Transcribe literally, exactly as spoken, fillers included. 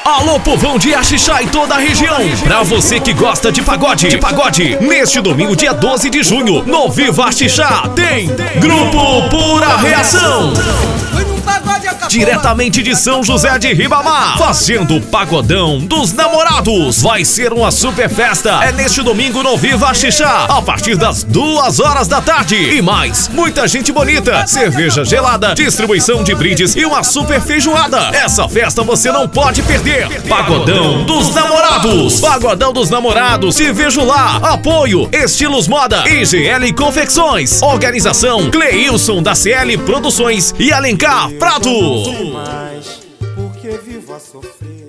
Alô, povão de Axixá e toda a região. Pra você que gosta de pagode, de pagode, neste domingo, dia doze de junho, no Viva Axixá, tem Grupo Pura Reação. Diretamente de São José de Ribamar, fazendo o Pagodão dos Namorados. Vai ser uma super festa. É neste domingo no Viva Axixá, a partir das duas horas da tarde. E mais, muita gente bonita, cerveja gelada, distribuição de brindes e uma super feijoada. Essa festa você não pode perder. Pagodão dos Namorados. Pagodão dos Namorados, te vejo lá. Apoio Estilos Moda e G L Confecções. Organização Cleilson da C L Produções e Alencar Prado. Mas porque vivo a sofrer.